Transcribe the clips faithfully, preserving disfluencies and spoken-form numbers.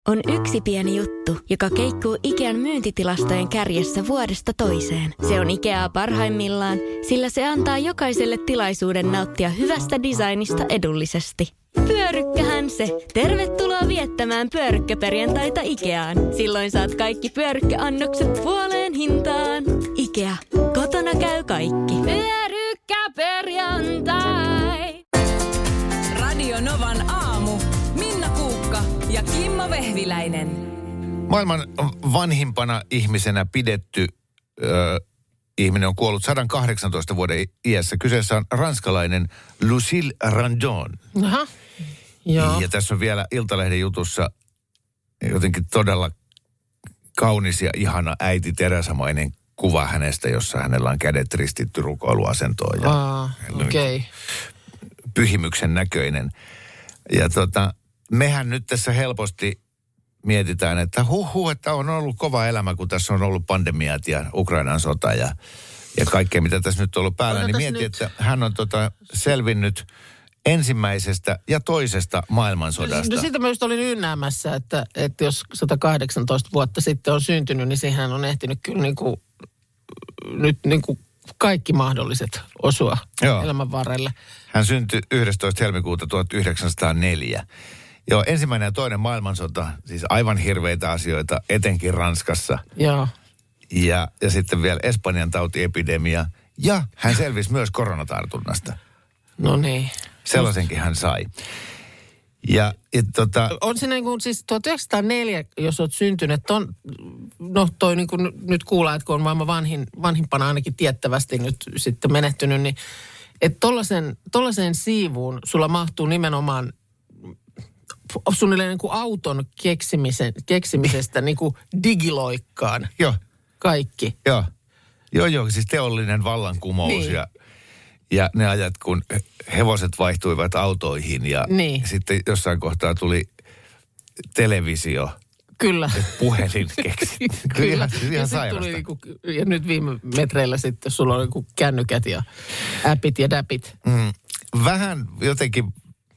On yksi pieni juttu, joka keikkuu Ikean myyntitilastojen kärjessä vuodesta toiseen. Se on Ikeaa parhaimmillaan, sillä se antaa jokaiselle tilaisuuden nauttia hyvästä designista edullisesti. Pyörykkähän se! Tervetuloa viettämään pyörykkäperjantaita Ikeaan. Silloin saat kaikki pyörykkäannokset puoleen hintaan. Ikea. Kotona käy kaikki. Pyörykkäperjantai! Radio Novan aamu. Minna Kuukka ja Kimmo Vehviläinen. Maailman vanhimpana ihmisenä pidetty ö, ihminen on kuollut sata kahdeksantoista vuoden iässä. Kyseessä on ranskalainen Lucille Randon. Aha, joo. Ja tässä on vielä Iltalehden jutussa jotenkin todella kaunis ja ihana äiti teräsamainen kuva hänestä, jossa hänellä on kädet ristitty rukoiluasentoon. Ja ah, okei. Okay. Pyhimyksen näköinen. Ja tota, mehän nyt tässä helposti mietitään, että huh huh, että on ollut kova elämä, kun tässä on ollut pandemiat ja Ukrainan sota ja, ja kaikkea, mitä tässä nyt on ollut päällä. Niin mieti, nyt? Että hän on tota selvinnyt ensimmäisestä ja toisesta maailmansodasta. No siitä mä just olin ynnäämässä, että, että jos sata kahdeksantoista vuotta sitten on syntynyt, niin siihen on ehtinyt kyllä niin kuin, nyt niin kuin kaikki mahdolliset osua Joo. elämän varrelle. Hän syntyi yhdestoista helmikuuta tuhatyhdeksänsataaneljä. Joo, ensimmäinen ja toinen maailmansota, siis aivan hirveitä asioita, etenkin Ranskassa. Joo. Ja, ja sitten vielä Espanjan tautiepidemia. Ja hän selvisi myös koronatartunnasta. No niin. Sellaisenkin hän sai. Ja, et, tota... On se niin kuin siis tuhatyhdeksänsataaneljä, jos olet syntynyt, on, no toi niin kuin nyt kuullaan, että kun on maailman vanhin, vanhimpana ainakin tiettävästi nyt sitten menehtynyt, niin että tollaisen, tollaiseen siivuun sulla mahtuu nimenomaan suunnilleen niin kuin auton keksimisen, keksimisestä niin kuin digiloikkaan. Joo. Kaikki. Joo. Joo, joo, siis teollinen vallankumous niin. ja, ja ne ajat, kun hevoset vaihtuivat autoihin ja niin. sitten jossain kohtaa tuli televisio. Kyllä. Puhelin keksittiin. Kyllä. Ihan, ihan ja, tuli niinku, ja nyt viime metreillä sitten sulla on niinku kännykät ja appit ja däpit. Mm, vähän jotenkin,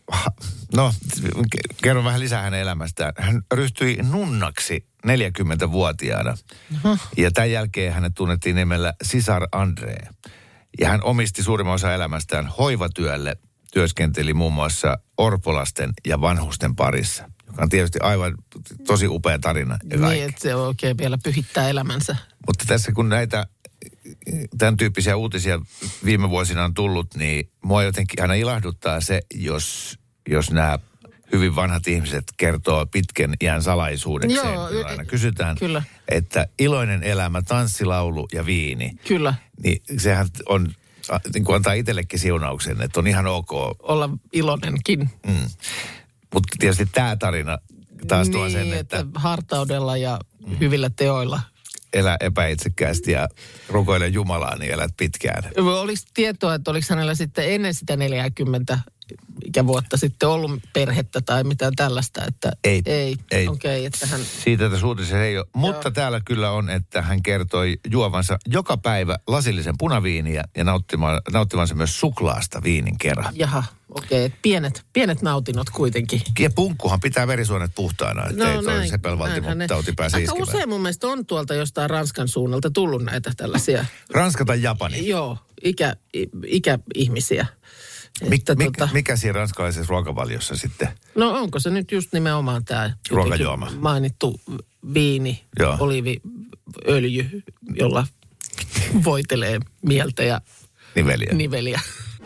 no kerron vähän lisää hänen elämästään. Hän ryhtyi nunnaksi neljäkymmentävuotiaana. Uh-huh. Ja tämän jälkeen hänet tunnettiin nimellä Sisar André. Ja hän omisti suurimman osa elämästään hoivatyölle. Työskenteli muun muassa orpolasten ja vanhusten parissa. Joka on tietysti aivan tosi upea tarina. Niin, että se oikein vielä pyhittää elämänsä. Mutta tässä kun näitä tämän tyyppisiä uutisia viime vuosina on tullut, niin mua jotenkin aina ilahduttaa se, jos, jos nämä hyvin vanhat ihmiset kertoo pitkän iän salaisuudekseen. Joo, aina kysytään, kyllä. että iloinen elämä, tanssilaulu ja viini. Kyllä. Niin sehän on, niin kuin antaa itsellekin siunauksen, että on ihan ok. Olla iloinenkin. Mm. Mutta tietysti tämä tarina taas tuo niin, sen, että... että hartaudella ja mm. hyvillä teoilla. Elä epäitsekkäästi ja rukoile Jumalaa, niin elät pitkään. Oliko tietoa, että oliko hänellä sitten ennen sitä neljäkymmentä ikävuotta sitten ollut perhettä tai mitään tällaista? Että ei. Ei, ei. okei. Okay, että hän... Siitä tässä uutisessa ei ole. Mutta Joo. täällä kyllä on, että hän kertoi juovansa joka päivä lasillisen punaviiniä ja nauttivansa myös suklaasta viinin kerran. Jaha, okei. Okay. Pienet, pienet nautinnot kuitenkin. Ja punkkuhan pitää verisuonet puhtaana, että no, ei toi sepelvaltimon tauti pääse aika iskemään. usein mun mielestä on tuolta jostain Ranskan suunnalta tullut näitä tällaisia. Ranska tai Japani? Joo, ikä, ikäihmisiä. Mik, että, mik, tota, mikä siinä ranskalaisessa ruokavaliossa sitten? No onko se nyt just nimenomaan tämä ruokajuoma mainittu viini, Joo. oliiviöljy, jolla voitelee mieltä ja niveliä. niveliä.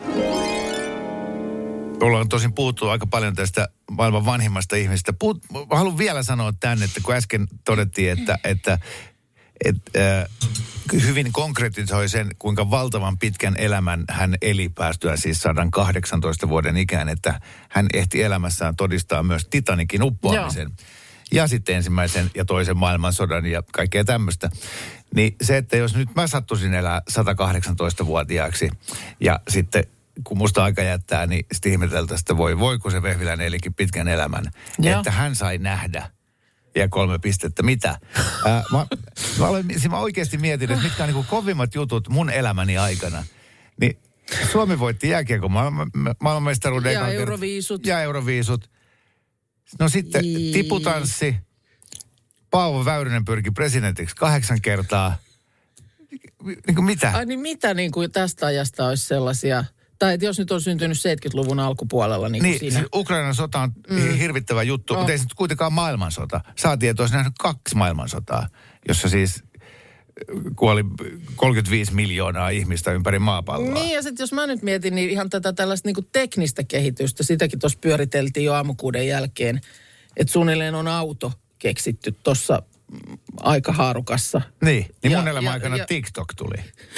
Ollaan tosin puhuttu aika paljon tästä maailman vanhimmasta ihmistä. Puhut, haluan vielä sanoa tänne, että kun äsken todettiin, että, että et, äh, hyvin konkretisoi sen, kuinka valtavan pitkän elämän hän eli päästyä siis sata kahdeksantoista vuoden ikään, että hän ehti elämässään todistaa myös Titanikin uppoamisen. Joo. Ja sitten ensimmäisen ja toisen maailmansodan ja kaikkea tämmöistä. Niin se, että jos nyt mä sattuisin elää sata kahdeksantoista-vuotiaaksi ja sitten kun musta aika jättää, niin sitten ihmeteltäisiin, että voi, voi kun se Vehviläinen elikin pitkän elämän. Joo. Että hän sai nähdä. Ja kolme pistettä. Mitä? Ää, mä, mä, olen, mä oikeasti mietin, että mitkä on niin kovimmat jutut mun elämäni aikana. Niin Suomi voitti jääkiekon maailmanmestaruuden. Ja euroviisut. Ja euroviisut. No sitten tiputanssi, Paavo Väyrynen pyrki presidentiksi kahdeksan kertaa. Niin kuin mitä? Ai niin mitä niin kuin tästä ajasta olisi sellaisia, tai että jos nyt on syntynyt seitsemänkymmentäluvun alkupuolella. Niin, niin siinä. Siis Ukrainan sota on mm. hirvittävä juttu, no. Mutta ei se nyt kuitenkaan maailmansota. Saatiin, että olisi nähnyt kaksi maailmansotaa, jossa siis kuoli kolmekymmentäviisi miljoonaa ihmistä ympäri maapalloa. Niin ja sitten jos mä nyt mietin, niin ihan tätä tällaista niin kuin teknistä kehitystä, sitäkin tuossa pyöriteltiin jo aamukuuden jälkeen, että suunnilleen on auto keksitty tuossa aikahaarukassa. Niin, niin ja, mun elämän aikana ja, TikTok tuli.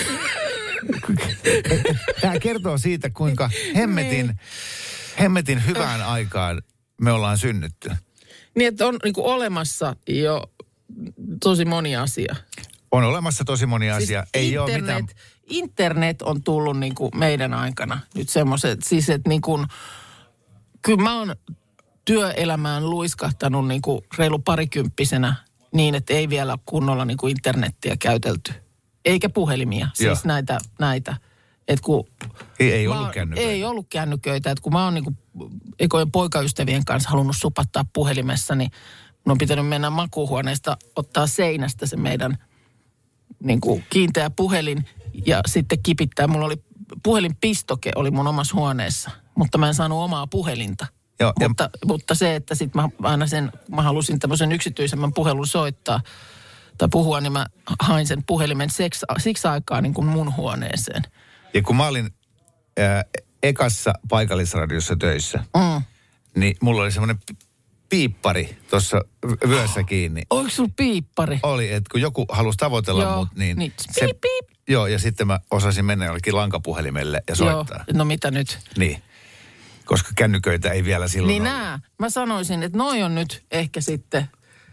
Tämä kertoo siitä, kuinka hemmetin, hemmetin hyvään aikaan me ollaan synnytty. Niin, että on niin kuin olemassa jo tosi moni asia. On olemassa tosi moni asia. Siis Ei internet, ole mitään. Internet on tullut niin kuin meidän aikana nyt semmoiset, siis että niin kuin, kyllä mä oon työelämään luiskahtanut niin kuin reilu parikymppisenä niin, että ei vielä kunnolla niin kuin internettiä käytelty. Eikä puhelimia, siis Joo. näitä, näitä. Että kun ei, ei ollut kännyköitä. Ei ollut kännyköitä. Että kun mä oon niin kuin ekojen poikaystävien kanssa halunnut supattaa puhelimessa, niin mun on pitänyt mennä makuuhuoneesta, ottaa seinästä se meidän niin kuin kiinteä puhelin ja sitten kipittää. Mulla oli puhelinpistoke oli mun omassa huoneessa, mutta mä en saanut omaa puhelinta. Joo, mutta, ja... mutta se, että sitten mä aina sen, mä halusin tämmöisen yksityisemmän puhelun soittaa tai puhua, niin mä hain sen puhelimen seks, siksi aikaa niin kuin mun huoneeseen. Ja kun mä olin ää, ekassa paikallisradiossa töissä, mm. niin mulla oli semmoinen piippari tuossa vyössä kiinni. Oliko sulla piippari? Oli, että kun joku halusi tavoitella joo, mut, niin... niin se, piip, piip. Joo, ja sitten mä osasin mennä jollekin lankapuhelimelle ja soittaa. Joo, no mitä nyt? Niin, koska kännyköitä ei vielä silloin Niin ollut. nää, mä sanoisin, että noi on nyt ehkä sitten,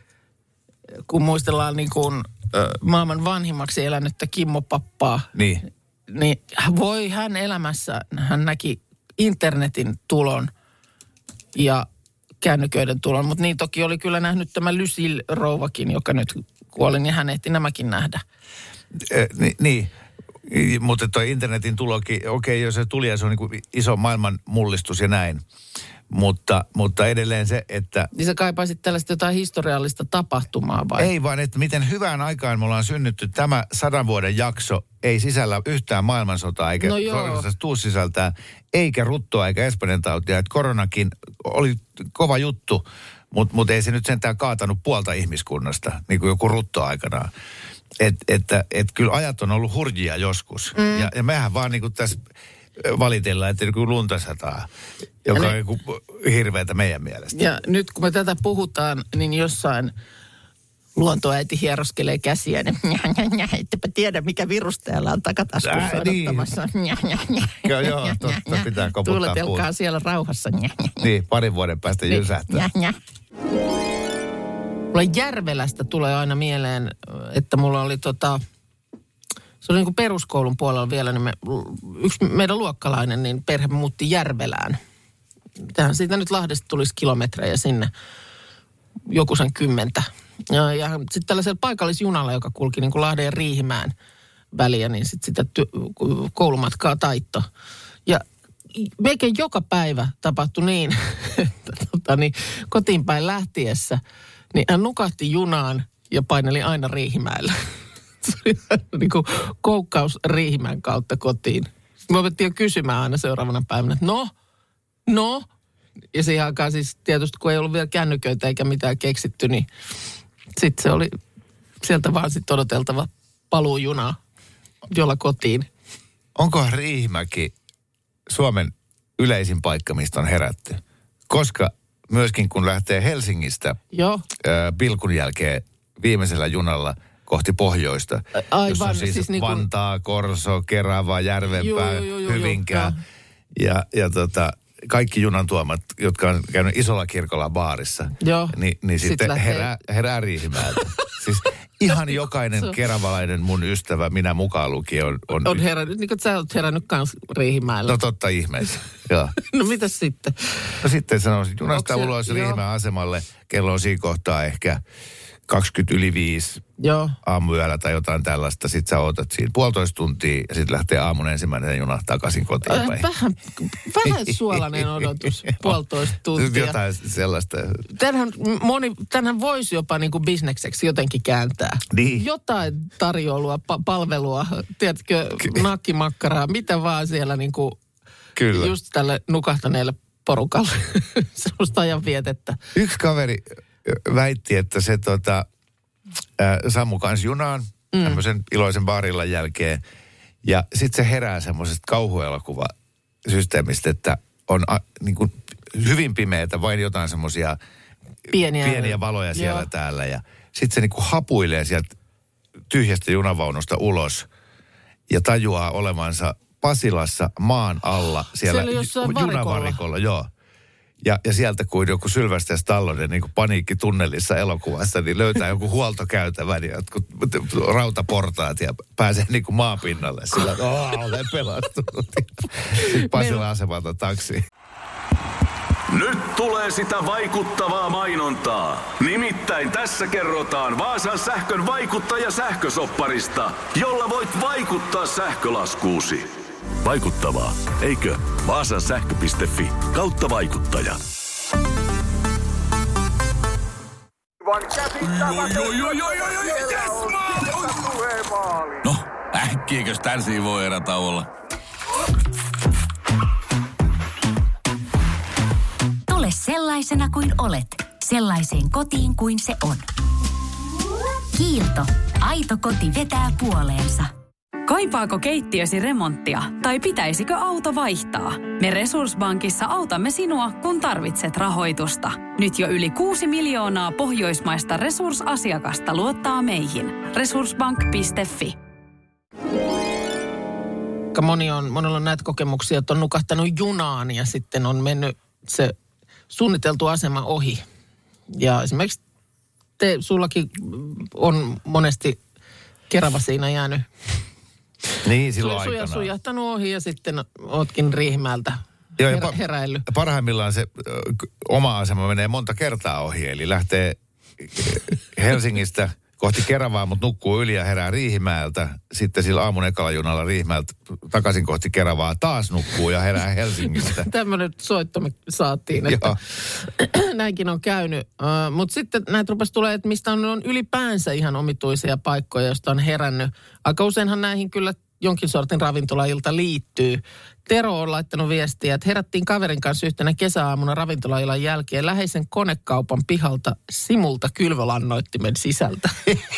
kun muistellaan niin kuin ö, maailman vanhimmaksi elänyttä Kimmo Pappaa. Niin. Niin voi hän elämässä, hän näki internetin tulon ja kännyköiden tulon, mutta niin toki oli kyllä nähnyt tämä Lysil rouvakin, joka nyt kuoli, niin hän ehti nämäkin nähdä. Eh, ni, niin, mutta toi internetin tulokin, okei, okay, jos se tuli ja se on niin kuin iso maailman mullistus ja näin, mutta, mutta edelleen se, että... Niin sä kaipaisit tällaista jotain historiallista tapahtumaa vai? Ei vaan, että miten hyvään aikaan me ollaan synnytty. Tämä sadan vuoden jakso ei sisällä yhtään maailmansotaa, eikä no tuu sisältää, eikä ruttoa, eikä espanjan tautia. Että koronakin oli kova juttu, mutta mut ei se nyt sentään kaatanut puolta ihmiskunnasta, niin kuin joku rutto aikanaan. Että et, et, kyllä ajat on ollut hurjia joskus. Mm. Ja, ja mehän vaan niin kuin tässä valitellaan, että niin lunta sataa, joka ne, on joku hirveätä meidän mielestä. Ja nyt kun me tätä puhutaan, niin jossain luontoäiti hieroskelee käsiä, niin ettepä tiedä, mikä virus täällä on takataskussa äh, odottamassa. Niin. Joo, joo, totta, pitää koputtaa puuta. Tuuletelkaa siellä rauhassa. Niin, parin vuoden päästä niin, jysähtää. Mulla Järvelästä tulee aina mieleen, että mulla oli tota... Se oli niin kuin peruskoulun puolella vielä, niin me, yksi meidän luokkalainen, niin perhe muutti Järvelään. Tähän siitä nyt Lahdesta tulisi kilometrejä sinne, joku sen kymmentä. Ja, ja sitten tällaisella paikallisjunalla, joka kulki niin kuin Lahden ja Riihimäen väliä, niin sitten sitä ty- koulumatkaa taitto. Ja melkein joka päivä tapahtui niin, että tota, niin, kotiin päin lähtiessä, niin hän nukahti junaan ja paineli aina Riihimäellä. Se oli niin kuin koukkaus Riihimäen kautta kotiin. Sitten me otettiin jo kysymään aina seuraavana päivänä, että no, no. Ja siihen aikaan siis tietysti, kun ei ollut vielä kännyköitä eikä mitään keksitty, niin sitten se oli sieltä vaan sitten odoteltava paluujuna jolla kotiin. Onkohan Riihimäki Suomen yleisin paikka, mistä on herätty? Koska myöskin kun lähtee Helsingistä Joo. Ää, pilkun jälkeen viimeisellä junalla kohti pohjoista, aivan, jossa on siis, siis niin kuin... Vantaa, Korso, Kerava, Järvenpää, joo, joo, joo, Hyvinkää joo, ja, ja tota, kaikki junan tuomat, jotka on käynyt isolla kirkolla baarissa, joo. niin, niin sitten, sitten lähtee... herää, herää Riihimäeltä. Siis ihan jokainen keravalainen mun ystävä, minä mukaan lukien, on... On, on herännyt, niin kuin sä oot herännyt kans Riihimäellä. No totta ihmeessä, joo. No mitäs sitten? No sitten sanoisin, junasta Onks ulos se, Riihimäen asemalle, kello on siinä kohtaa ehkä kaksikymmentä yli viisi Joo. aamuyöllä tai jotain tällaista. Sitten sä ootat siinä puolitoista tuntia ja sitten lähtee aamun ensimmäinen juna takaisin kotiin. Äh, vähän, vähän suolainen odotus, puolitoista tuntia. Jotain sellaista. Tänhän, moni, tänhän voisi jopa niin kuin bisnekseksi jotenkin kääntää. Niin. Jotain tarjoulua, pa- palvelua, tiedätkö, nakkimakkaraa, mitä vaan siellä niin kuin Kyllä. just tälle nukahtaneelle porukalle. Semmoista ajanvietettä. Yksi kaveri väitti, että se tota, äh, sammui kans junaan mm. tämmöisen iloisen baarillan jälkeen. Ja sitten se herää semmoisesta kauhuelokuvasysteemistä, että on a, niin kuin hyvin pimeätä, vain jotain semmoisia pieniä, pieniä valoja siellä joo. täällä. Ja sitten se niin kuin hapuilee sieltä tyhjästä junavaunusta ulos ja tajuaa olevansa Pasilassa maan alla siellä, siellä jossain junavarikolla. Joo. Ja, ja sieltä kuin joku Sylvester Stallone niin kuin paniikkitunnelissa elokuvassa, niin löytää joku huoltokäytävän ja jotkut rautaportaat ja pääsee niin kuin maapinnalle. Sillä että olen pelastunut. Sitten Pasila asemalta taksiin. Nyt tulee sitä vaikuttavaa mainontaa. Nimittäin tässä kerrotaan Vaasan sähkön vaikuttaja sähkösopparista, jolla voit vaikuttaa sähkölaskuusi. Vaikuttavaa, eikö? Vaasan sähkö piste fi kautta vaikuttaja. No, äkkiäkös tän voi erätä olla? Tule sellaisena kuin olet, sellaiseen kotiin kuin se on. Kiilto. Aito koti vetää puoleensa. Kaipaako keittiösi remonttia tai pitäisikö auto vaihtaa? Me Resurssbankissa autamme sinua, kun tarvitset rahoitusta. Nyt jo yli kuusi miljoonaa pohjoismaista resursasiakasta luottaa meihin. resurssbank piste fi. Moni on, monella on näitä kokemuksia, että on nukahtanut junaan ja sitten on mennyt se suunniteltu asema ohi. Ja esimerkiksi te, sullakin on monesti Kerava siinä jäänyt. Niin, silloin Suja, aikanaan. sujahtanut ohi ja sitten ootkin Riihimäeltä Joo, her- ja heräillyt. Parhaimmillaan se ö, oma asema menee monta kertaa ohi, eli lähtee Helsingistä kohti Keravaa, mutta nukkuu yli ja herää Riihimäeltä. Sitten sillä aamun ekalla junalla Riihimäeltä takaisin kohti Keravaa taas nukkuu ja herää Helsingistä. Tämmöinen soitto me saatiin, että näinkin on käynyt. Uh, mutta sitten näitä rupesi tulee, että mistä on, on ylipäänsä ihan omituisia paikkoja, joista on herännyt. Aika useinhan näihin kyllä jonkin sortin ravintolailta liittyy. Tero on laittanut viestiä, että herättiin kaverin kanssa yhtenä kesäaamuna ravintolaillan jälkeen läheisen konekaupan pihalta simulta kylvölannoittimen sisältä.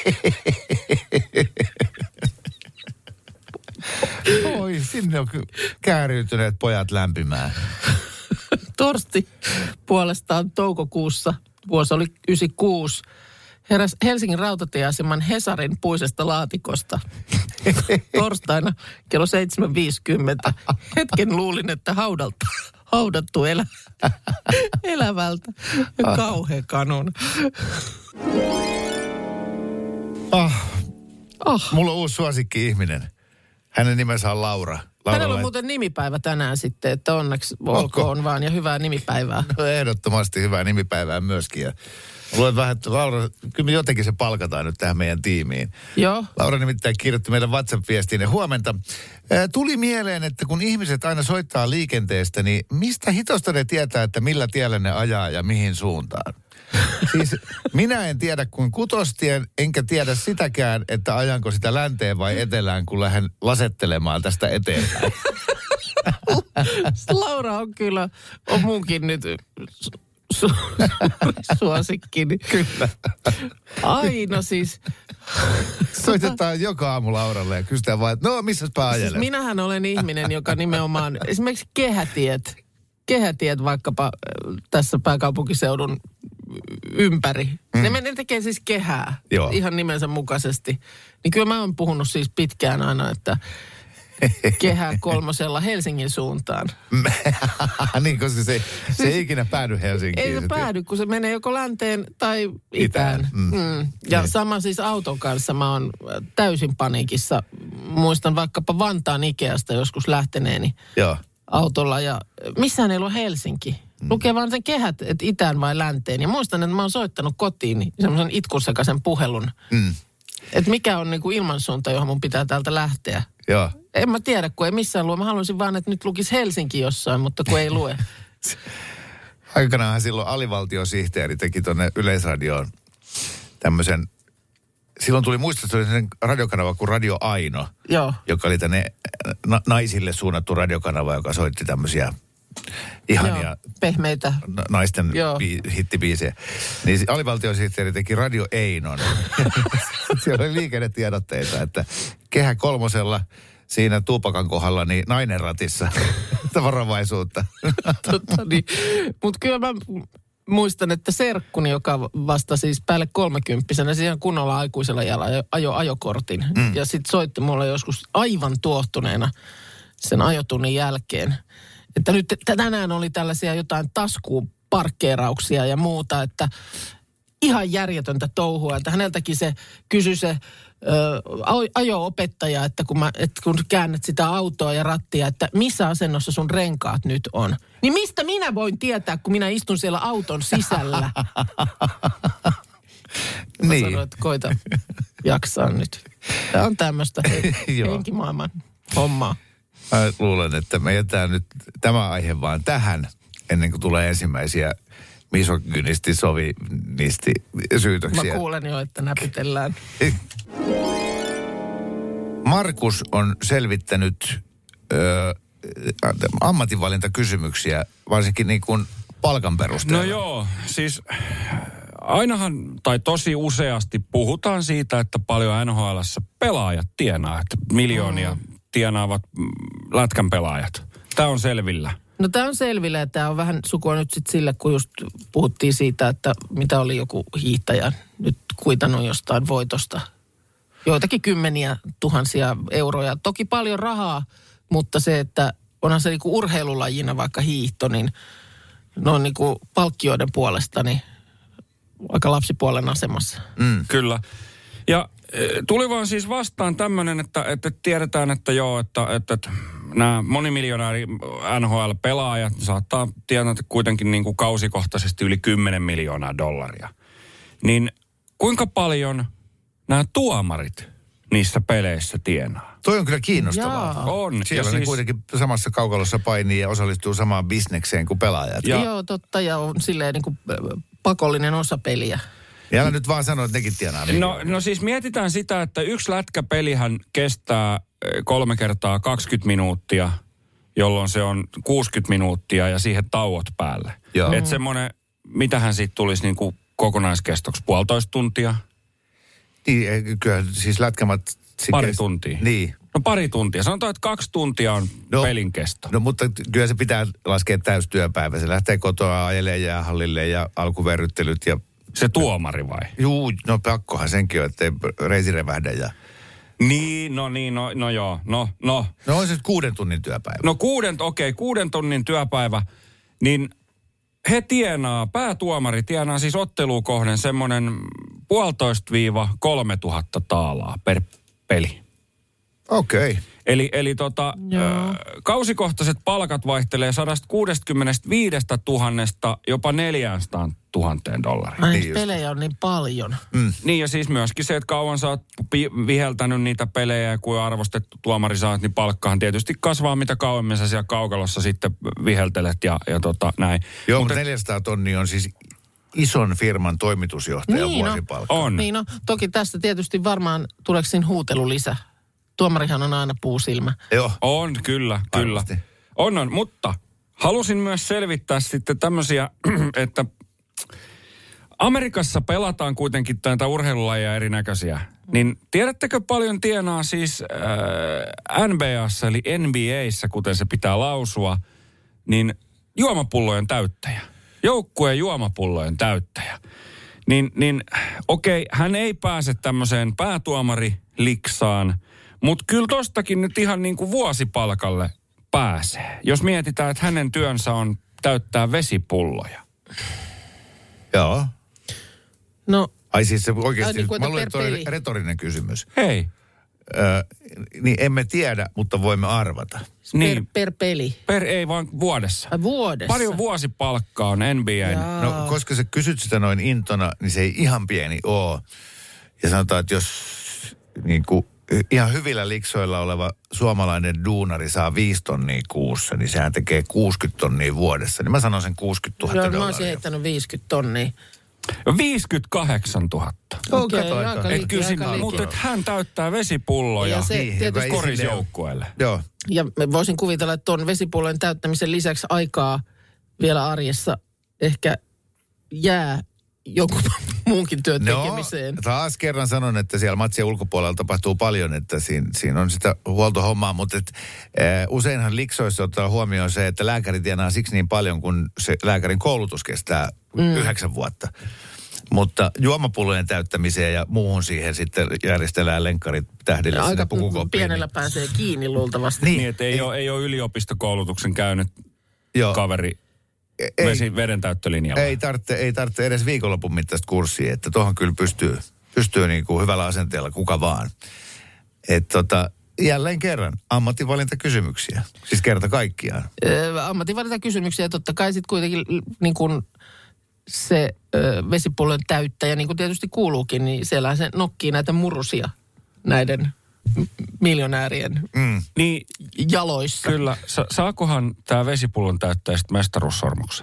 Oi, sinne on kääriytyneet pojat lämpimään. Torsti puolestaan toukokuussa, vuosi oli yhdeksänkymmentäkuusi, heräsi Helsingin rautatieaseman Hesarin puisesta laatikosta. Torstaina kello seitsemän viisikymmentä. Hetken luulin, että haudalta, haudattu elä, elävältä. Kauhea kanon. Oh, Oh. mulla on uusi suosikki-ihminen. Hänen nimensä on Laura. Laura Hänellä on lait- muuten nimipäivä tänään sitten, että onneksi olkoon vaan ja hyvää nimipäivää. No, ehdottomasti hyvää nimipäivää myöskin. Ja luulen vähän, että Laura, kyllä me jotenkin se palkataan nyt tähän meidän tiimiin. Joo. Laura nimittäin kirjoitti meidän WhatsApp-viestiin ja huomenta. Ää, tuli mieleen, että kun ihmiset aina soittaa liikenteestä, niin mistä hitosta ne tietää, että millä tiellä ne ajaa ja mihin suuntaan? Siis minä en tiedä kuin kutostien, enkä tiedä sitäkään, että ajanko sitä länteen vai etelään, kun lähden lasettelemaan tästä eteenpäin. Laura on kyllä, on munkin nyt su- su- suosikki. Kyllä. Aina siis. Soitetaan joka aamu Lauralle ja kysytään vaan, että no missäspä ajelet? Siis minähän olen ihminen, joka nimenomaan, esimerkiksi kehätiet, kehätiet vaikkapa äh, tässä pääkaupunkiseudun ympäri. Mm. Ne, ne tekee siis kehää, Joo. ihan nimensä mukaisesti. Niin kyllä mä oon puhunut siis pitkään aina, että kehää kolmosella Helsingin suuntaan. Niin, koska se, se ei ikinä päädy Helsinkiin. Ei se päädy, kun se menee joko länteen tai itään. Itään, mm. Mm. Ja Niin. sama siis auton kanssa mä oon täysin paniikissa. Muistan vaikkapa Vantaan Ikeasta joskus lähteneeni Joo. autolla ja missään ei ollut Helsinki. Lukee vaan sen kehät, että itään vai länteen. Ja muistan, että mä oon soittanut kotiin niin semmoisen itkunsekaisen puhelun. Mm. Että mikä on niin kuin ilmansuunta, johon mun pitää täältä lähteä. Joo. En mä tiedä, kun ei missään lue. Mä haluaisin vaan, että nyt lukisi Helsinki jossain, mutta kun ei lue. Aikanaanhan silloin alivaltiosihteeri teki tuonne Yleisradioon tämmöisen, silloin tuli muistaa sen radiokanava kuin Radio Aino, Joo. joka oli tänne na- naisille suunnattu radiokanava, joka soitti tämmöisiä ihania Joo, pehmeitä naisten bi- hittibiisejä. Niin alivaltiosihteeri teki Radio Einon. Siellä oli liikennetiedotteita, että Kehä kolmosella siinä Tuupakan kohdalla niin nainen ratissa. Varovaisuutta. Totta niin. Mutta kyllä mä muistan, että serkkuni, joka vasta siis päälle kolmekymppisenä, siihen kunnolla aikuisella jalalla ajo ajokortin. Mm. Ja sitten soitti mulle joskus aivan tuohtuneena sen ajotunnin jälkeen. Että nyt tänään oli tällaisia jotain taskuparkkeerauksia ja muuta, että ihan järjetöntä touhua. Että häneltäkin se kysyi se ö, ajo-opettaja, että kun, mä, että kun käännät sitä autoa ja rattia, että missä asennossa sun renkaat nyt on. Niin mistä minä voin tietää, kun minä istun siellä auton sisällä? Mä niin. sanoin, että koita jaksaa nyt. Tämä on tämmöistä henkimaailman hommaa. Mä luulen, että me jätään nyt tämä aihe vaan tähän, ennen kuin tulee ensimmäisiä misogynisti-sovinisti-syytöksiä. Mä kuulen jo, että näpytellään. Markus on selvittänyt ö, ammatinvalintakysymyksiä, varsinkin niin kuin palkan perusteella. No joo, siis ainahan, tai tosi useasti puhutaan siitä, että paljon N H L:ssä pelaajat tienaa, että miljoonia mm. tienaavat lätkän pelaajat. Tämä on selvillä. No tämä on selvillä, että tämä on vähän sukua nyt sitten sille, kun just puhuttiin siitä, että mitä oli joku hiihtäjä nyt kuitannut jostain voitosta. Joitakin kymmeniä tuhansia euroja. Toki paljon rahaa, mutta se, että onhan se niinku urheilulajina vaikka hiihto, niin noin niinku palkkioiden puolesta niin aika lapsipuolen asemassa. Mm. Kyllä. Ja tuli vaan siis vastaan tämmöinen, että, että tiedetään, että joo, että, että nämä monimiljonääri N H L-pelaajat saattaa tienata kuitenkin niin kuin kausikohtaisesti yli kymmenen miljoonaa dollaria. Niin kuinka paljon nämä tuomarit niissä peleissä tienaa? Toi on kyllä kiinnostavaa. Jaa. On. Siellä ja ne siis kuitenkin samassa kaukalossa painii ja osallistuu samaan bisnekseen kuin pelaajat. Ja. Joo, totta, ja on silleen niin kuin pakollinen osa peliä. Ja älä nyt vaan sano, että nekin tienaa. No, no siis mietitään sitä, että yksi lätkäpelihän kestää kolme kertaa kaksikymmentä minuuttia, jolloin se on kuusikymmentä minuuttia ja siihen tauot päälle. Että semmoinen, mitähän siitä tulisi niin kuin kokonaiskestoksi, puolitoista tuntia? Niin, kyllä siis lätkämät... Pari kest... tuntia. Niin. No pari tuntia. Sanotaan, että kaksi tuntia on no, pelin kesto. No mutta kyllä se pitää laskea täystyöpäivä. Se lähtee kotoa ajelemaan jäähallille ja alkuverryttelyt ja... Se tuomari vai? Juu, no pakkohan senkin on, ettei reisi revähdä ja... Niin, no niin, no, no joo, no, no. No on se kuuden tunnin työpäivä. No kuuden, okei, okay, kuuden tunnin työpäivä, niin he tienaa, päätuomari tienaa siis otteluun kohden semmoinen puolitoista viiva kolme tuhatta taalaa per peli. Okei. Okay. Eli, eli tota, ö, kausikohtaiset palkat vaihtelee sata kuusikymmentäviisi tuhatta jopa neljäsataa tuhatta dollaria. Ai niin pelejä on niin paljon. Mm. Niin ja siis myöskin se, että kauan sä oot pi- viheltänyt niitä pelejä ja kuin arvostettu tuomari saat, niin palkkahan tietysti kasvaa mitä kauemmin sä siellä kaukalossa sitten viheltelet ja, ja tota näin. Joo, mutta neljäsataa tonnia on siis ison firman toimitusjohtajan niin vuosipalkka. On. Niin no, toki tästä tietysti varmaan tuleeko siinä huutelulisä. Tuomarihan on aina puusilmä. Joo. On, kyllä, kyllä. Arvosti. On, on, mutta halusin myös selvittää sitten tämmöisiä, että Amerikassa pelataan kuitenkin näitä urheilulajia erinäköisiä. Mm. Niin tiedättekö paljon tienaa siis äh, N B A:ssa eli N B A:ssä, kuten se pitää lausua, niin juomapullojen täyttäjä. Joukkueen juomapullojen täyttäjä. Niin, niin okei, hän ei pääse tämmöiseen päätuomariliksaan, mutta kyllä tostakin nyt ihan niin kuin vuosipalkalle pääsee. Jos mietitään, että hänen työnsä on täyttää vesipulloja. Joo. No. Ai siis se oikeasti, niin mä luulen, että on retorinen kysymys. Hei. Ö, niin emme tiedä, mutta voimme arvata. Niin. Per, per peli. Per ei vaan vuodessa. Ai vuodessa? Paljon vuosipalkkaa on N B A. No, koska sä kysyt sitä noin intona, niin se ei ihan pieni ole. Ja sanotaan, että jos niin kuin, ihan hyvillä liksoilla oleva suomalainen duunari saa viisi tonnia kuussa, niin sehän tekee kuusikymmentä tonnia vuodessa. Niin mä sanon sen kuusikymmentätuhatta no, dollaria. Mä olisin heittänyt viisikymmentä tonnia. viisikymmentäkahdeksantuhatta. Okei, Okay, aika Et liki, kyllä aika siinä, liki. mutta et hän täyttää vesipulloja Ja se Niin, tietysti hyvä korisjoukkueelle. Joo. Ja mä voisin kuvitella, että tuon vesipullojen täyttämisen lisäksi aikaa vielä arjessa ehkä jää joku muunkin työn No, tekemiseen. taas kerran sanon, että siellä matsien ulkopuolella tapahtuu paljon, että siinä, siinä on sitä huoltohommaa, mutta et, e, useinhan liksoissa ottaa huomioon se, että lääkäri tienaa siksi niin paljon, kun se lääkärin koulutus kestää mm. yhdeksän vuotta. Mutta juomapullojen täyttämiseen ja muuhun siihen sitten järjestellään lenkkarit tähdille Ja sinne aika pukukoppiin. pienellä pääsee kiinni luultavasti. Niin, että ei, ei, ole, ei ole yliopistokoulutuksen käynyt Joo. kaveri Ei, vesi, vedentäyttölinjalla. ei, tarvitse, ei tarvitse edes viikonlopun mittaista kurssia, että tuohon kyllä pystyy, pystyy niin kuin hyvällä asenteella kuka vaan. Että tota, jälleen kerran ammattivalintakysymyksiä, siis kerta kaikkiaan. Ö, ammattivalintakysymyksiä totta kai sitten kuitenkin niin kuin se ö, vesipullojen täyttäjä, niin kuin tietysti kuuluukin, niin siellä se nokkii näitä murusia näiden m- miljonäärien Mm. Niin, jaloissa. kyllä. Sa- saakohan tämä vesipullon täyttää sitten mestaruussormuksen?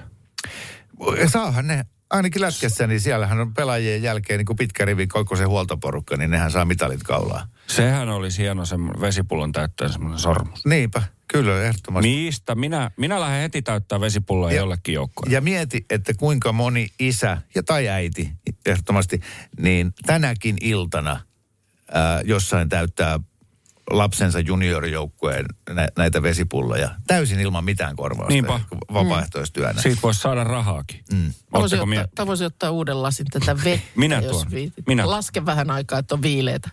Saahan ne, ainakin lätkässä, niin siellähän on pelaajien jälkeen niin kuin pitkä rivi Kokkosen huoltoporukka, niin nehän saa mitalit kaulaa. Sehän olisi hieno semmoinen vesipullon täyttäjä semmoinen sormus. Niinpä, kyllä ehdottomasti. Mistä? Minä, minä lähden heti täyttää vesipulloa Ja- jollekin joukkoon. Ja mieti, että kuinka moni isä ja tai äiti, ehdottomasti, niin tänäkin iltana ää, jossain täyttää lapsensa juniorijoukkueen nä- näitä vesipulloja. Täysin ilman mitään korvausta. Niinpä. Vapaaehtoistyönä. Siitä voisi saada rahaakin. Mm. Mä voisin Oletteko ottaa, miet- tai voisin ottaa uuden lasin tätä vettä, Minä jos tuon. viitit. Minä. Laske vähän aikaa, että on viileitä.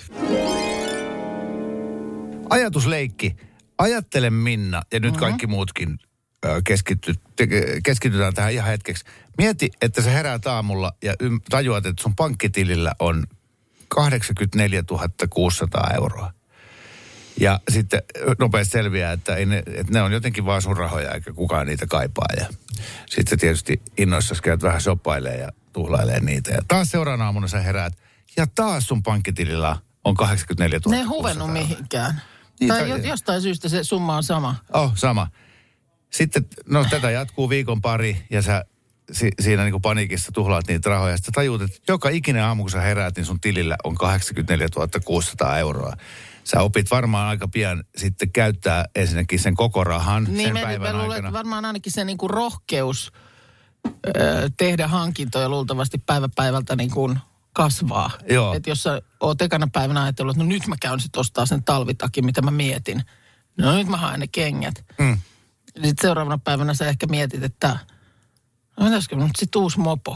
Ajatusleikki. Ajattele Minna ja nyt kaikki muutkin ö, keskity, te, keskitytään tähän ihan hetkeksi. Mieti, että sä heräät aamulla ja ym, tajuat, että sun pankkitilillä on kahdeksankymmentäneljätuhatta kuusisataa euroa. Ja sitten nopeasti selviää, että, ei ne, että ne on jotenkin vaan sun rahoja eikä kukaan niitä kaipaa. Ja sitten tietysti innoissasi käyt vähän shoppailee ja tuhlailee niitä. Ja taas seuraavana aamuna sä heräät ja taas sun pankkitilillä on kahdeksankymmentäneljätuhatta Ne ei huvennut mihinkään. Niin, tai tai- jo- jostain syystä se summa on sama. Oh, sama. Sitten, no tätä jatkuu viikon pari ja sä si, siinä niin kuin paniikissa tuhlaat niitä rahoja. Sitten tajuut, että joka ikinen aamu, kun sä heräät, niin sun tilillä on kahdeksankymmentäneljätuhatta kuusisataa euroa. Sä opit varmaan aika pian sitten käyttää ensinnäkin sen koko rahan Niin sen me, päivän mä luulen, aikana. että varmaan ainakin se niinku rohkeus ö, tehdä hankintoja luultavasti päivä päivältä niin kuin kasvaa. Joo. Että jos sä oot ekana päivänä ajatellut, että no nyt mä käyn sit ostaa sen talvitakin, mitä mä mietin. No nyt mä haen ne kengät. Mm. Sitten seuraavana päivänä sä ehkä mietit, että no pitäisikö nyt sit uusi mopo.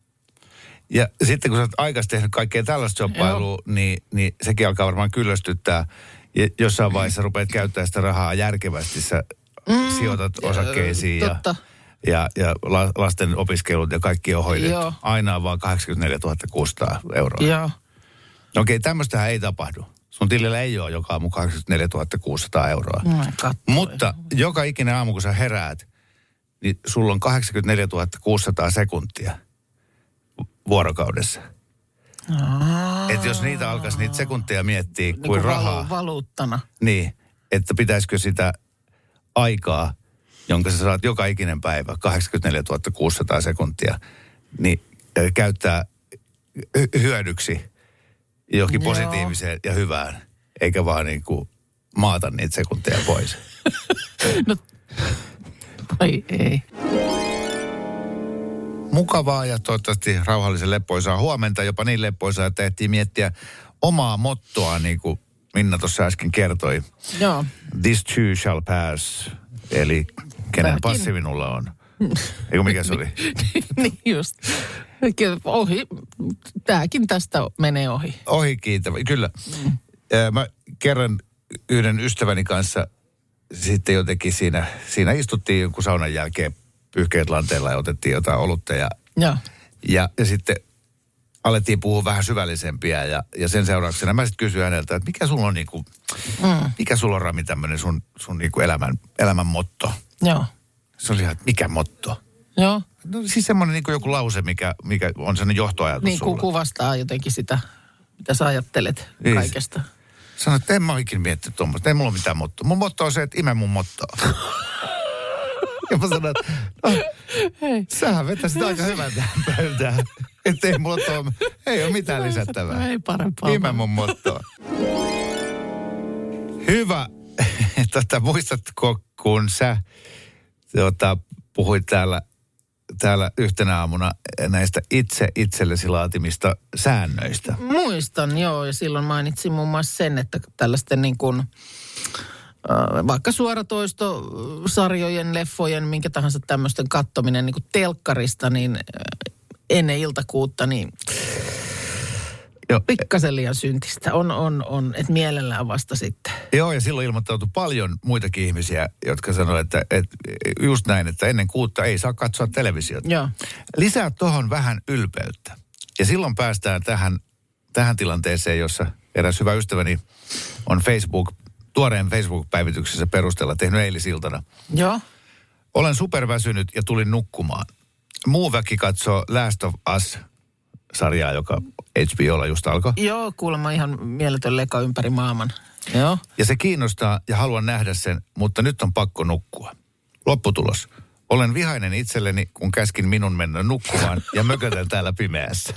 Ja sitten kun sä oot aikaisemmin tehnyt kaikkea tällaista shoppailua, niin, niin sekin alkaa varmaan kyllästyttää. Ja jossain vaiheessa rupeat käyttämään sitä rahaa järkevästi. Sä mm, sijoitat osakkeisiin ja, totta. ja, ja la, lasten opiskelut ja kaikki on hoidettu. Joo. Aina on vaan kahdeksankymmentäneljätuhatta kuusisataa euroa. Joo. Okei, tämmöistähän ei tapahdu. Sun tilillä ei ole joka aamu kahdeksankymmentäneljätuhatta kuusisataa euroa. No, katso. Mutta joka ikinen aamu, kun sä heräät, niin sulla on kahdeksankymmentäneljätuhatta kuusisataa sekuntia vuorokaudessa. Että jos niitä alkaisi niitä sekunteja miettiä Niin kuin rahaa, valu, valuuttana. niin, että pitäisikö sitä aikaa, jonka sä saat joka ikinen päivä, kahdeksankymmentäneljätuhatta kuusisataa sekuntia, niin äh, käyttää hy- hyödyksi johonkin Joo. positiiviseen ja hyvään, eikä vaan niin kuin maata niitä sekunteja pois. No, ai ei. Mukavaa ja toivottavasti rauhallisen leppoisaa huomenta, jopa niin leppoisaa, että ehtii miettiä omaa mottoa, niin kuin Minna tuossa äsken kertoi. Joo. This too shall pass, eli kenen Tämäkin. passi minulla on. Eikö mikä se oli? Niin just. Kyllä, ohi. Tämäkin tästä menee ohi. Ohi kiitävä, kyllä. Mm. Mä kerran yhden ystäväni kanssa sitten jotenkin siinä, siinä istuttiin jonkun saunan jälkeen pyyhkeet lanteella ja otettiin jotain olutta ja, Joo. ja, ja sitten alettiin puhua vähän syvällisempiä ja, ja sen seurauksena mä sitten kysyin häneltä, että mikä sulla on niinku, mm. mikä sulla on Rami tämmöinen sun, sun niinku elämän, elämän motto? Joo. Se oli ihan, että mikä motto? Joo. No siis semmoinen niinku joku lause, mikä, mikä on sellainen johtoajatus niin, sulla. Niin kuvastaa jotenkin sitä, mitä sä ajattelet niin. kaikesta. Sanoin, että en mä ole ikinä miettinyt tuommoista, ei mulla ole mitään mottoa. Mun motto on se, että ime mun mottoa. Ja mä sanoin, että no, hei. Sähän vetäisit aika hyvän tähän pöytään. Että ei mulla tuo, ei ole mitään lisättävää. Ei parempaa. Ime mun mottoa. Hyvä. Tota, muistatko, kun sä tota, puhuit täällä, täällä yhtenä aamuna näistä itse itsellesi laatimista säännöistä? Muistan, joo. Ja silloin mainitsin muun muassa sen, että tällaisten niin kuin vaikka suoratoistosarjojen, leffojen, minkä tahansa tämmöisten katsominen niin kuin telkkarista, niin ennen iltakuutta, niin joo. Pikkasen liian syntistä. On, on, on, että mielellään vasta sitten. Joo, ja silloin ilmoittautui paljon muitakin ihmisiä, jotka sanoivat, että, että just näin, että ennen kuutta ei saa katsoa televisiota. Joo. Lisää tuohon vähän ylpeyttä. Ja silloin päästään tähän, tähän tilanteeseen, jossa eräs hyvä ystäväni on Facebook, tuoreen Facebook-päivityksessä perusteella tehnyt eilisiltana. Joo. Olen superväsynyt ja tulin nukkumaan. Muu väki katsoo Last of Us-sarjaa, joka H B O:lla just alkoi. Joo, kuulemma ihan mieletön leka ympäri maailman. Joo. Ja se kiinnostaa ja haluan nähdä sen, mutta nyt on pakko nukkua. Lopputulos. Olen vihainen itselleni, kun käskin minun mennä nukkumaan ja mökötän täällä pimeässä.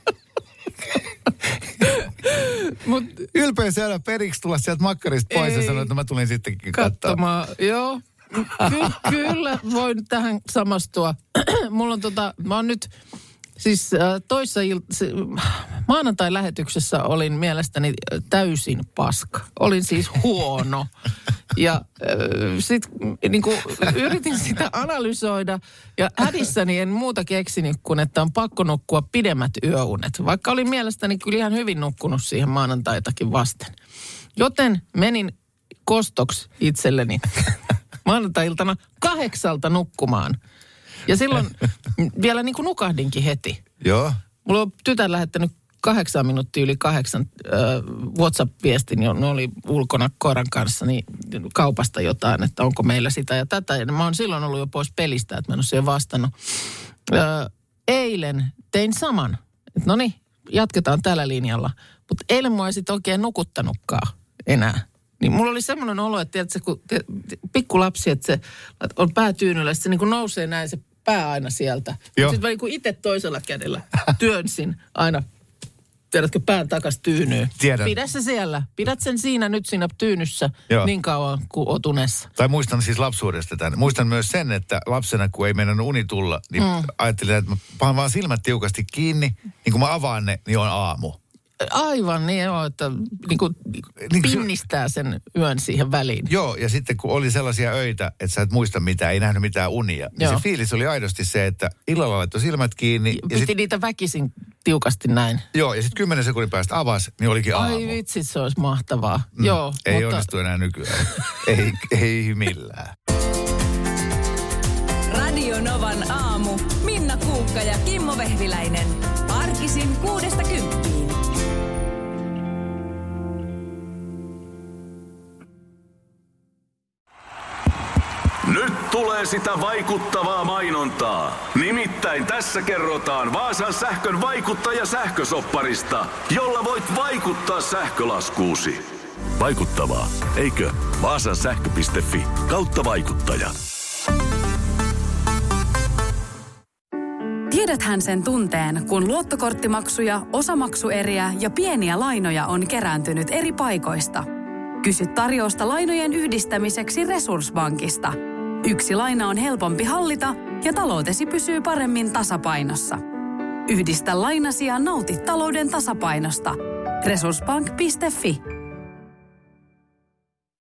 Mut, ylpeys aina periksi tulla sieltä makkarista pois ei, ja sanoa, että mä tulin sittenkin katsomaan. Joo, Ky- kyllä voin tähän samastua. Mulla on tota, mä oon nyt, siis äh, toissa il- maanantai-lähetyksessä olin mielestäni täysin paska. Olin siis huono. Ja äh, sit niinku yritin sitä analysoida ja hädissäni en muuta keksinyt kuin, että on pakko nukkua pidemmät yöunet. Vaikka olin mielestäni kyllä ihan hyvin nukkunut siihen maanantaitakin vasten. Joten menin kostoksi itselleni maanantai-iltana kahdeksalta nukkumaan. Ja silloin vielä niin kuin nukahdinkin heti. Joo. Mulla on tytär lähettänyt kahdeksan minuuttia yli kahdeksan äh, WhatsApp-viestin, jo ne oli ulkona koiran kanssa, niin kaupasta jotain, että onko meillä sitä ja tätä. Ja mä oon silloin ollut jo pois pelistä, että mä en ole siihen vastannut. Äh, eilen tein saman. Että no niin, jatketaan tällä linjalla. Mutta eilen mua ei sit oikein nukuttanutkaan enää. Niin mulla oli semmoinen olo, että tiedätkö, kun pikku lapsi, että se on päätyynyllä, se niin kuin nousee näin se pää aina sieltä. Sitten mä niin kuin itse toisella kädellä työnsin aina, tiedätkö, pään takas tyynyyn. Tiedän. Pidä se siellä. Pidät sen siinä nyt siinä tyynyssä Joo. niin kauan kuin oot unessa. Tai muistan siis lapsuudesta tämän. Muistan myös sen, että lapsena kun ei mennä uni tulla, niin mm. ajattelin, että mä pahan vaan silmät tiukasti kiinni. Niin kun mä avaan ne, niin on aamu. Aivan niin, joo, että niin kuin niin pinnistää sen yön siihen väliin. Joo, ja sitten kun oli sellaisia öitä, että sä et muista mitään, ei nähnyt mitään unia. Niin se fiilis oli aidosti se, että illalla laittoi silmät kiinni. Piti ja sit, niitä väkisin tiukasti näin. Joo, ja sitten kymmenen sekunnin päästä avasi, niin olikin aamu. Ai vitsi, se olisi mahtavaa. Mm, joo, ei mutta onnistu enää nykyään. ei, ei millään. Radio Novan aamu. Minna Kuukka ja Kimmo Vehviläinen. Arkisin kuudesta kymppiin. Nyt tulee sitä vaikuttavaa mainontaa. Nimittäin tässä kerrotaan Vaasan sähkön vaikuttaja sähkösopparista, jolla voit vaikuttaa sähkölaskuusi. Vaikuttavaa, eikö? Vaasan sähkö piste fi kautta vaikuttaja. Tiedäthän sen tunteen, kun luottokorttimaksuja, osamaksueriä ja pieniä lainoja on kerääntynyt eri paikoista. Kysy tarjousta lainojen yhdistämiseksi Resurssbankista. Yksi laina on helpompi hallita ja taloutesi pysyy paremmin tasapainossa. Yhdistä lainasi ja nauti talouden tasapainosta. Resurssbank piste fi